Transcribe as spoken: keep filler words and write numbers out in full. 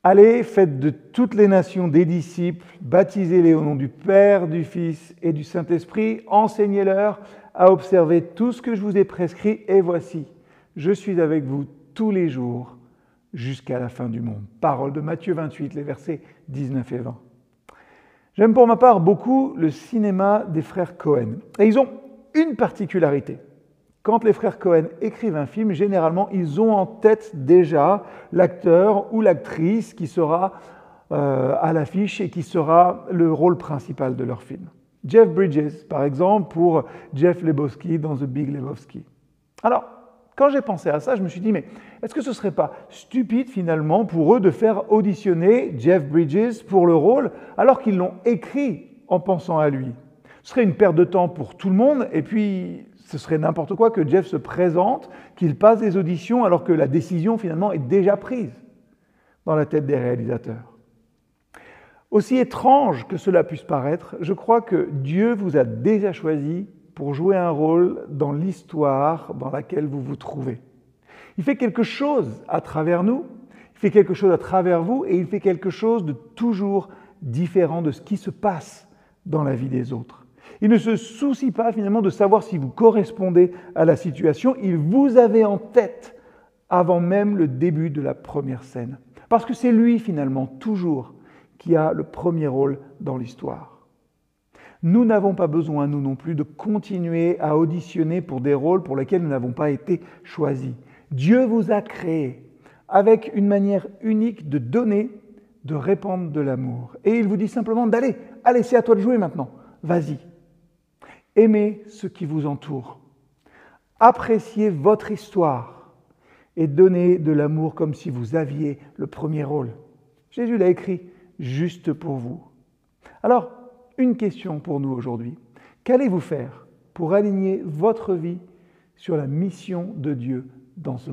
Allez, faites de toutes les nations des disciples, baptisez-les au nom du Père, du Fils et du Saint-Esprit, enseignez-leur à observer tout ce que je vous ai prescrit, et voici, je suis avec vous tous les jours jusqu'à la fin du monde. Parole de Matthieu vingt-huit, les versets dix-neuf et vingt. J'aime pour ma part beaucoup le cinéma des frères Cohen. Et ils ont une particularité. Quand les frères Cohen écrivent un film, généralement, ils ont en tête déjà l'acteur ou l'actrice qui sera euh, à l'affiche et qui sera le rôle principal de leur film. Jeff Bridges, par exemple, pour Jeff Lebowski dans The Big Lebowski. Alors, quand j'ai pensé à ça, je me suis dit, mais est-ce que ce ne serait pas stupide finalement pour eux de faire auditionner Jeff Bridges pour le rôle alors qu'ils l'ont écrit en pensant à lui? Ce serait une perte de temps pour tout le monde et puis ce serait n'importe quoi que Jeff se présente, qu'il passe des auditions alors que la décision finalement est déjà prise dans la tête des réalisateurs. Aussi étrange que cela puisse paraître, je crois que Dieu vous a déjà choisi pour jouer un rôle dans l'histoire dans laquelle vous vous trouvez. Il fait quelque chose à travers nous, il fait quelque chose à travers vous et il fait quelque chose de toujours différent de ce qui se passe dans la vie des autres. Il ne se soucie pas finalement de savoir si vous correspondez à la situation, il vous avait en tête avant même le début de la première scène. Parce que c'est lui finalement toujours qui a le premier rôle dans l'histoire. Nous n'avons pas besoin, nous non plus, de continuer à auditionner pour des rôles pour lesquels nous n'avons pas été choisis. Dieu vous a créé avec une manière unique de donner, de répandre de l'amour. Et il vous dit simplement d'aller, allez, c'est à toi de jouer maintenant, vas-y. Aimez ce qui vous entoure, appréciez votre histoire et donnez de l'amour comme si vous aviez le premier rôle. Jésus l'a écrit juste pour vous. Alors, une question pour nous aujourd'hui. Qu'allez-vous faire pour aligner votre vie sur la mission de Dieu dans ce monde ?